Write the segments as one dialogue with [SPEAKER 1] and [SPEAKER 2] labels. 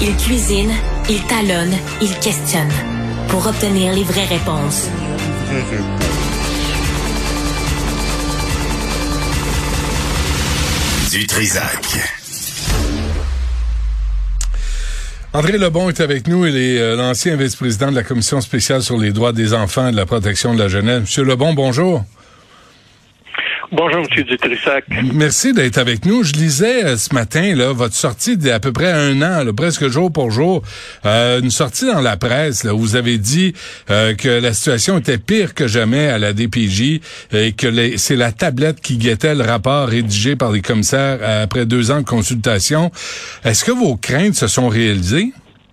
[SPEAKER 1] Il cuisine, il talonne, il questionne pour obtenir les vraies réponses.
[SPEAKER 2] Du Trisac.
[SPEAKER 3] André Lebon est avec nous. Il est l'ancien vice-président de la Commission spéciale sur les droits des enfants et de la protection de la jeunesse. Monsieur Lebon, bonjour.
[SPEAKER 4] Bonjour, M. Dutrissac.
[SPEAKER 3] Merci d'être avec nous. Je lisais ce matin là votre sortie d'il y a à peu près un an, là, presque jour pour jour, une sortie dans la presse là, où vous avez dit que la situation était pire que jamais à la DPJ et que c'est la tablette qui guettait le rapport rédigé par les commissaires après 2 ans de consultation. Est-ce que vos craintes se sont réalisées?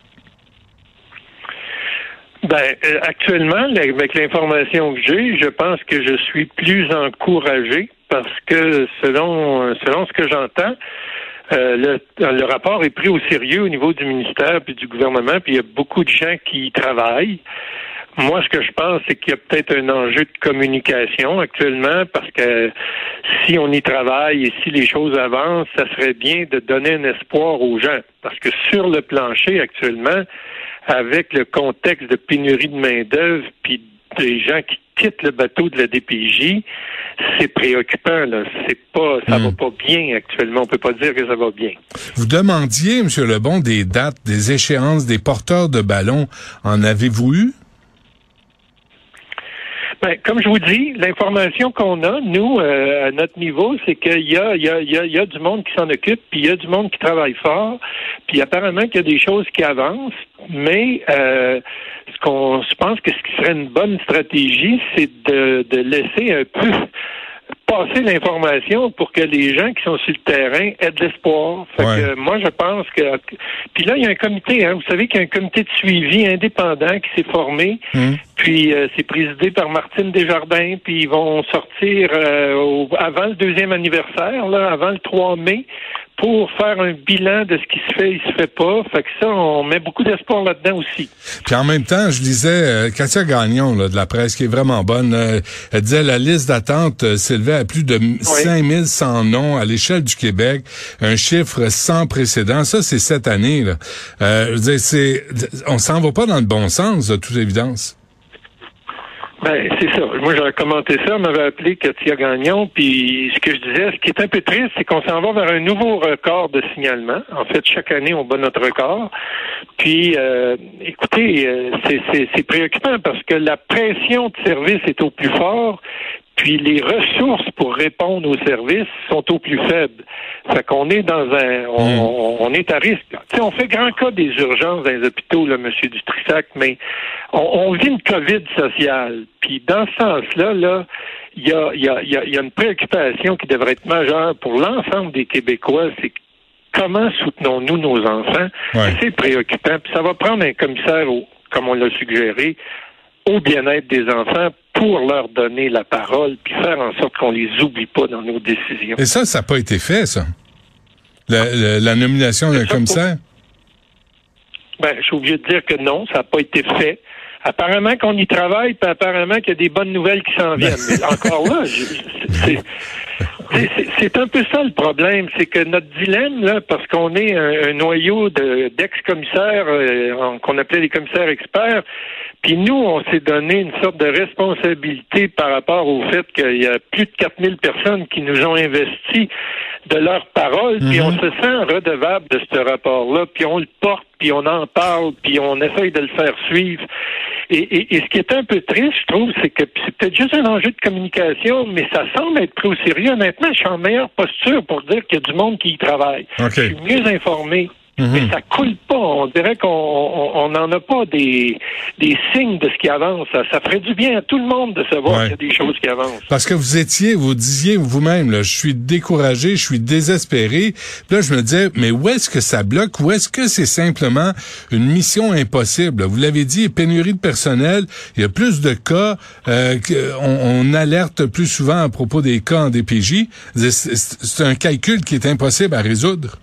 [SPEAKER 4] Actuellement, avec l'information que j'ai, je pense que je suis plus encouragé parce que selon ce que j'entends, le rapport est pris au sérieux au niveau du ministère puis du gouvernement, puis il y a beaucoup de gens qui y travaillent. Moi, ce que je pense, c'est qu'il y a peut-être un enjeu de communication actuellement, parce que si on y travaille et si les choses avancent, ça serait bien de donner un espoir aux gens. Parce que sur le plancher actuellement, avec le contexte de pénurie de main-d'œuvre puis des gens qui quittent le bateau de la DPJ, c'est préoccupant, là. Ça va pas bien actuellement. On peut pas dire que ça va bien.
[SPEAKER 3] Vous demandiez, M. Lebon, des dates, des échéances, des porteurs de ballons. En avez-vous eu?
[SPEAKER 4] Comme je vous dis, l'information qu'on a, nous, à notre niveau, c'est qu'il y a du monde qui s'en occupe, puis il y a du monde qui travaille fort, puis apparemment qu'il y a des choses qui avancent, mais je pense que ce qui serait une bonne stratégie, c'est de laisser un peu passer l'information pour que les gens qui sont sur le terrain aient de l'espoir. Fait que moi, je pense que... Puis là, il y a un comité, hein. Vous savez qu'il y a un comité de suivi indépendant qui s'est formé, puis c'est présidé par Martine Desjardins, puis ils vont sortir avant le 2e anniversaire, là, avant le 3 mai, pour faire un bilan de ce qui se fait et se fait pas. Fait que ça, on met beaucoup d'espoir là-dedans aussi.
[SPEAKER 3] Puis en même temps, je disais, Katia Gagnon, là, de la presse, qui est vraiment bonne, elle disait la liste d'attente s'élevait à plus de 5100 noms à l'échelle du Québec, un chiffre sans précédent. Ça, c'est cette année, là. Je veux dire, on s'en va pas dans le bon sens, de toute évidence.
[SPEAKER 4] C'est ça. Moi, j'avais commenté ça, on m'avait appelé Katia Gagnon, puis ce que je disais, ce qui est un peu triste, c'est qu'on s'en va vers un nouveau record de signalement. En fait, chaque année, on bat notre record. Puis, écoutez, c'est préoccupant parce que la pression de service est au plus fort, puis les ressources pour répondre aux services sont au plus faibles. Fait qu'on est dans on est à risque. Tu sais, on fait grand cas des urgences dans les hôpitaux, là, M. Dutrissac, mais on vit une COVID sociale. Puis dans ce sens-là, là, il y a une préoccupation qui devrait être majeure pour l'ensemble des Québécois, c'est comment soutenons-nous nos enfants? C'est préoccupant. Puis ça va prendre un commissaire, comme on l'a suggéré, au bien-être des enfants pour leur donner la parole puis faire en sorte qu'on les oublie pas dans nos décisions.
[SPEAKER 3] Et ça n'a pas été fait, ça? La nomination d'un commissaire?
[SPEAKER 4] Je suis obligé de dire que non, ça n'a pas été fait. Apparemment qu'on y travaille, puis apparemment qu'il y a des bonnes nouvelles qui s'en viennent. Mais encore là, c'est un peu ça le problème, c'est que notre dilemme, là, parce qu'on est un noyau d'ex-commissaires qu'on appelait les commissaires experts, puis nous, on s'est donné une sorte de responsabilité par rapport au fait qu'il y a plus de 4000 personnes qui nous ont investi de leur parole, puis on se sent redevable de ce rapport-là, puis on le porte, puis on en parle, puis on essaye de le faire suivre. Et ce qui est un peu triste, je trouve, c'est que c'est peut-être juste un enjeu de communication, mais ça semble être pris au sérieux. Honnêtement, je suis en meilleure posture pour dire qu'il y a du monde qui y travaille. Je suis mieux informé. Mais ça coule pas. On dirait qu'on n'en a pas des signes de ce qui avance. Ça ferait du bien à tout le monde de savoir qu'il y a des choses qui avancent.
[SPEAKER 3] Parce que vous disiez vous-même, là, je suis découragé, je suis désespéré. Puis là, je me disais, mais où est-ce que ça bloque? Où est-ce que c'est simplement une mission impossible? Vous l'avez dit, pénurie de personnel. Il y a plus de cas. On alerte plus souvent à propos des cas en DPJ. C'est un calcul qui est impossible à résoudre.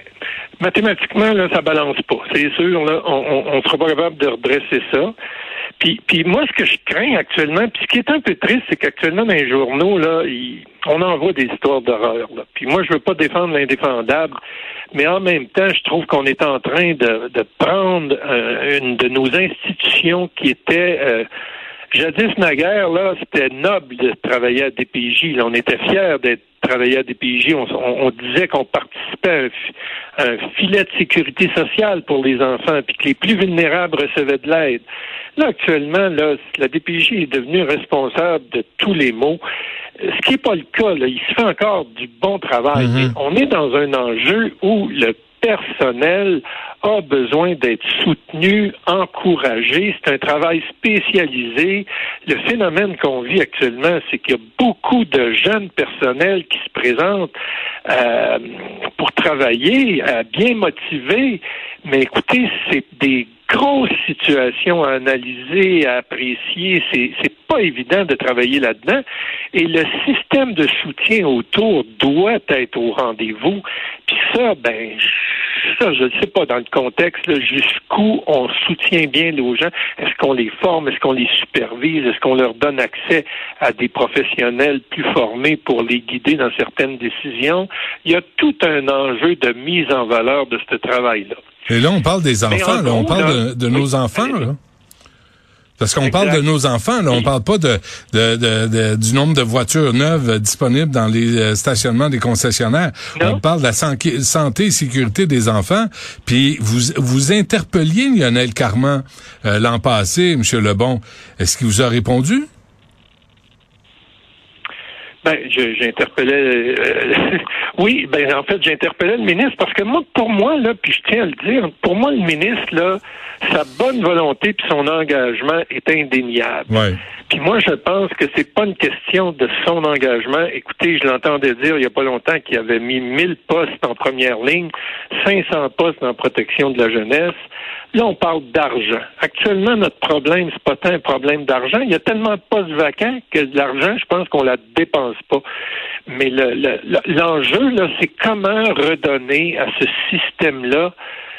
[SPEAKER 4] Mathématiquement, là, ça balance pas. C'est sûr, là, on sera pas capable de redresser ça. Puis moi, ce que je crains actuellement, puis ce qui est un peu triste, c'est qu'actuellement, dans les journaux, là, on envoie des histoires d'horreur. Là. Puis moi, je veux pas défendre l'indéfendable, mais en même temps, je trouve qu'on est en train de prendre une de nos institutions qui était... jadis naguère, là, c'était noble de travailler à DPJ. Là, on était fiers d'être travailler à DPJ. On disait qu'on participait à un filet de sécurité sociale pour les enfants, puis que les plus vulnérables recevaient de l'aide. Là, actuellement, là, la DPJ est devenue responsable de tous les maux. Ce qui n'est pas le cas, là. Il se fait encore du bon travail. Mais on est dans un enjeu où le personnel a besoin d'être soutenu, encouragé. C'est un travail spécialisé. Le phénomène qu'on vit actuellement, c'est qu'il y a beaucoup de jeunes personnels qui se présentent pour travailler, bien motivés. Mais écoutez, c'est des grosses situations à analyser, à apprécier. C'est pas évident de travailler là-dedans. Et le système de soutien autour doit être au rendez-vous. Puis ça, je ne sais pas dans le contexte, là, jusqu'où on soutient bien nos gens. Est-ce qu'on les forme? Est-ce qu'on les supervise? Est-ce qu'on leur donne accès à des professionnels plus formés pour les guider dans certaines décisions? Il y a tout un enjeu de mise en valeur de ce travail-là.
[SPEAKER 3] Et là, on parle des enfants, là. On parle de nos enfants, là. Parce qu'on parle de nos enfants, là. On parle pas du nombre de voitures neuves disponibles dans les stationnements des concessionnaires. Non. On parle de la santé et sécurité des enfants. Puis vous interpelliez Lionel Carman l'an passé, M. Lebon. Est-ce qu'il vous a répondu?
[SPEAKER 4] J'interpellais... oui, en fait, j'interpellais le ministre parce que pour moi, là, puis je tiens à le dire, pour moi, le ministre, là, sa bonne volonté puis son engagement est indéniable.
[SPEAKER 3] Ouais.
[SPEAKER 4] Puis moi, je pense que c'est pas une question de son engagement. Écoutez, je l'entendais dire il y a pas longtemps qu'il avait mis 1000 postes en première ligne, 500 postes en protection de la jeunesse. Là, on parle d'argent. Actuellement, notre problème, c'est pas tant un problème d'argent. Il y a tellement de postes vacants que de l'argent, je pense qu'on la dépense pas. Mais l'enjeu, là, c'est comment redonner à ce système-là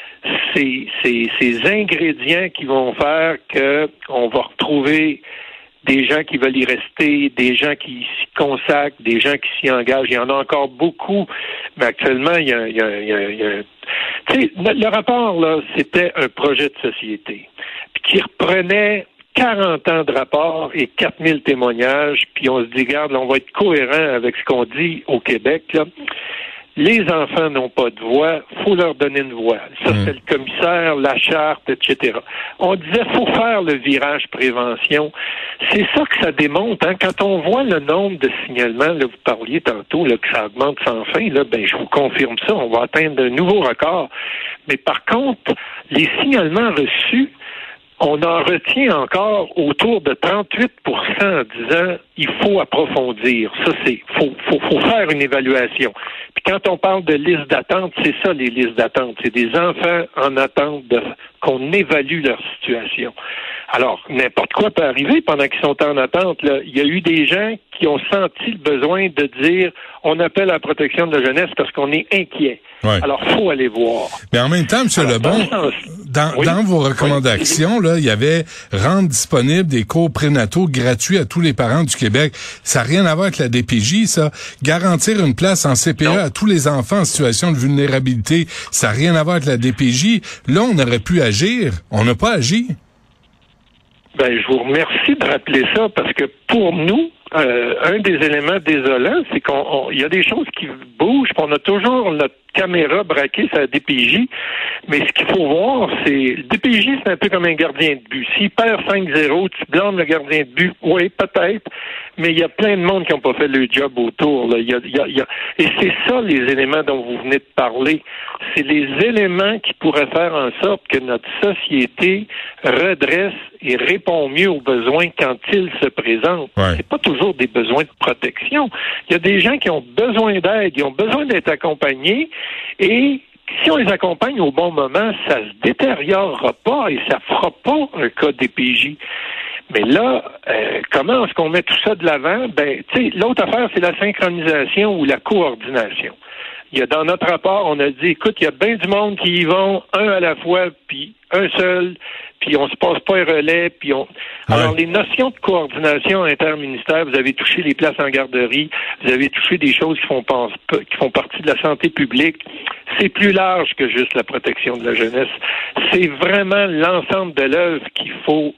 [SPEAKER 4] ces ingrédients qui vont faire qu'on va retrouver des gens qui veulent y rester, des gens qui s'y consacrent, des gens qui s'y engagent. Il y en a encore beaucoup, mais actuellement, il y a tu sais, le rapport, là, c'était un projet de société, puis qui reprenait 40 ans de rapport et 4000 témoignages, puis on se dit, regarde, là, on va être cohérent avec ce qu'on dit au Québec, là. Les enfants n'ont pas de voix, faut leur donner une voix. Ça, c'est le commissaire, la charte, etc. On disait, faut faire le virage prévention. C'est ça que ça démontre, hein. Quand on voit le nombre de signalements, là, vous parliez tantôt, là, que ça augmente sans fin, là, je vous confirme ça, on va atteindre un nouveau record. Mais par contre, les signalements reçus, on en retient encore autour de 38% en disant il faut approfondir. Ça, faut faire une évaluation. Puis quand on parle de liste d'attente, c'est ça les listes d'attente. C'est des enfants en attente qu'on évalue leur situation. Alors, n'importe quoi peut arriver pendant qu'ils sont en attente. Là. Il y a eu des gens qui ont senti le besoin de dire on appelle à la protection de la jeunesse parce qu'on est inquiet. Ouais. Alors, faut aller voir.
[SPEAKER 3] Mais en même temps, M. Lebon, dans vos recommandations, là, il y avait rendre disponible des cours prénataux gratuits à tous les parents du Québec. Ça n'a rien à voir avec la DPJ, ça. Garantir une place en CPE à tous les enfants en situation de vulnérabilité, ça n'a rien à voir avec la DPJ. Là, on aurait pu agir. On n'a pas agi.
[SPEAKER 4] Je vous remercie de rappeler ça parce que pour nous, un des éléments désolants, c'est qu'il y a des choses qui bougent, puis on a toujours notre caméra braquée sur la DPJ, mais ce qu'il faut voir, c'est le DPJ, c'est un peu comme un gardien de but. S'il perd 5-0, tu blâmes le gardien de but, oui, peut-être, mais il y a plein de monde qui n'ont pas fait le job autour. Là. Et c'est ça les éléments dont vous venez de parler. C'est les éléments qui pourraient faire en sorte que notre société redresse et répond mieux aux besoins quand ils se présentent.
[SPEAKER 3] Ouais.
[SPEAKER 4] C'est pas toujours des besoins de protection. Il y a des gens qui ont besoin d'aide, ils ont besoin d'être accompagnés et si on les accompagne au bon moment, ça se détériorera pas et ça fera pas un cas DPJ. Mais là, comment est-ce qu'on met tout ça de l'avant? L'autre affaire, c'est la synchronisation ou la coordination. Il y a dans notre rapport, on a dit, écoute, il y a bien du monde qui y vont, un à la fois, puis un seul, puis on se passe pas un relais, puis on... Alors,
[SPEAKER 3] Ouais.
[SPEAKER 4] les notions de coordination interministérielle, vous avez touché les places en garderie, vous avez touché des choses qui font partie de la santé publique. C'est plus large que juste la protection de la jeunesse. C'est vraiment l'ensemble de l'œuvre qu'il faut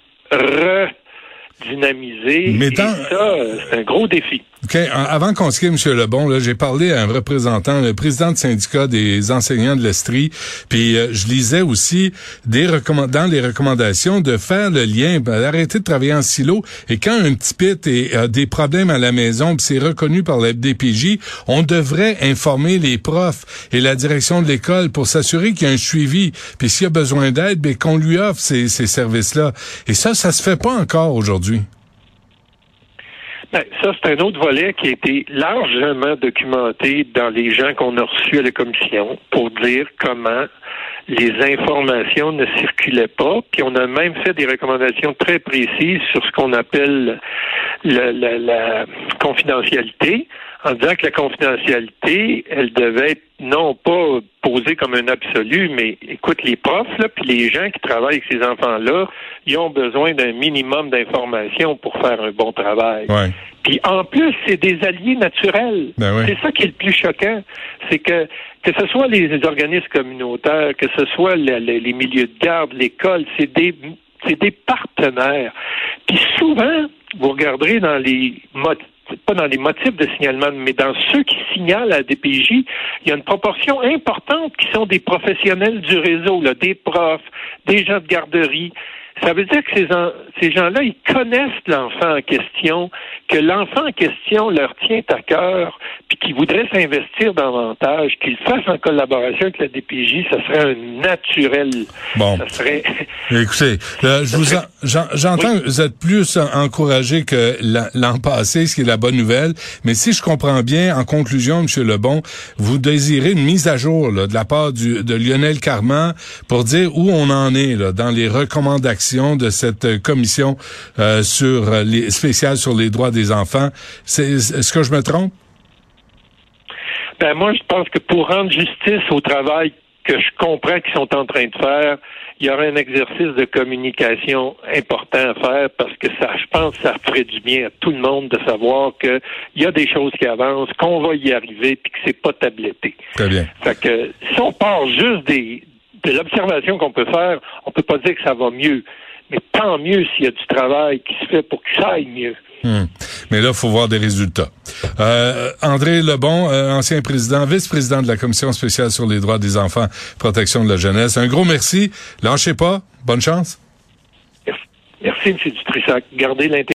[SPEAKER 4] redynamiser.
[SPEAKER 3] Mais
[SPEAKER 4] Et ça, c'est un gros défi.
[SPEAKER 3] OK. Avant qu'on se quitte, M. Lebon, là, j'ai parlé à un représentant, le président du syndicat des enseignants de l'Estrie, puis je lisais aussi dans les recommandations de faire le lien, d'arrêter de travailler en silo, et quand un petit pit a des problèmes à la maison, puis c'est reconnu par la FDPJ, on devrait informer les profs et la direction de l'école pour s'assurer qu'il y a un suivi, puis s'il y a besoin d'aide, ben, qu'on lui offre ces services-là. Et ça se fait pas encore aujourd'hui.
[SPEAKER 4] Ben, ça, c'est un autre volet qui a été largement documenté dans les gens qu'on a reçus à la commission pour dire comment les informations ne circulaient pas. Puis on a même fait des recommandations très précises sur ce qu'on appelle la confidentialité, en disant que la confidentialité, elle devait être non pas posée comme un absolu, mais écoute, les profs, là, puis les gens qui travaillent avec ces enfants-là, ils ont besoin d'un minimum d'informations pour faire un bon travail.
[SPEAKER 3] Ouais.
[SPEAKER 4] Puis en plus, c'est des alliés naturels.
[SPEAKER 3] Ben oui.
[SPEAKER 4] C'est ça qui est le plus choquant. C'est que ce soit les organismes communautaires, que ce soit les milieux de garde, l'école, c'est des partenaires. Puis souvent, vous regarderez dans pas dans les motifs de signalement, mais dans ceux qui signalent à la DPJ, il y a une proportion importante qui sont des professionnels du réseau, là, des profs, des gens de garderie. Ça veut dire que ces gens-là, ils connaissent l'enfant en question, que l'enfant en question leur tient à cœur, puis qu'ils voudraient s'investir davantage, qu'ils le fassent en collaboration avec la DPJ, ça serait un naturel.
[SPEAKER 3] Bon.
[SPEAKER 4] Ça serait...
[SPEAKER 3] Écoutez, j'entends que vous êtes plus encouragé que l'an passé, ce qui est la bonne nouvelle, mais si je comprends bien, en conclusion, M. Lebon, vous désirez une mise à jour là, de la part de Lionel Carman pour dire où on en est là, dans les recommandations de cette commission spéciale sur les droits des enfants. Est-ce que je me trompe?
[SPEAKER 4] Ben moi, je pense que pour rendre justice au travail que je comprends qu'ils sont en train de faire, il y aura un exercice de communication important à faire parce que ça, je pense que ça ferait du bien à tout le monde de savoir qu'il y a des choses qui avancent, qu'on va y arriver puis que c'est pas tabletté.
[SPEAKER 3] Très bien.
[SPEAKER 4] Fait que si on part juste de l'observation qu'on peut faire, on peut pas dire que ça va mieux. Mais tant mieux s'il y a du travail qui se fait pour que ça aille mieux.
[SPEAKER 3] Mais là, il faut voir des résultats. André Lebon, ancien président, vice-président de la Commission spéciale sur les droits des enfants, protection de la jeunesse. Un gros merci. Lâchez pas. Bonne chance.
[SPEAKER 4] Merci, M. Dutrissac. Gardez l'intérêt.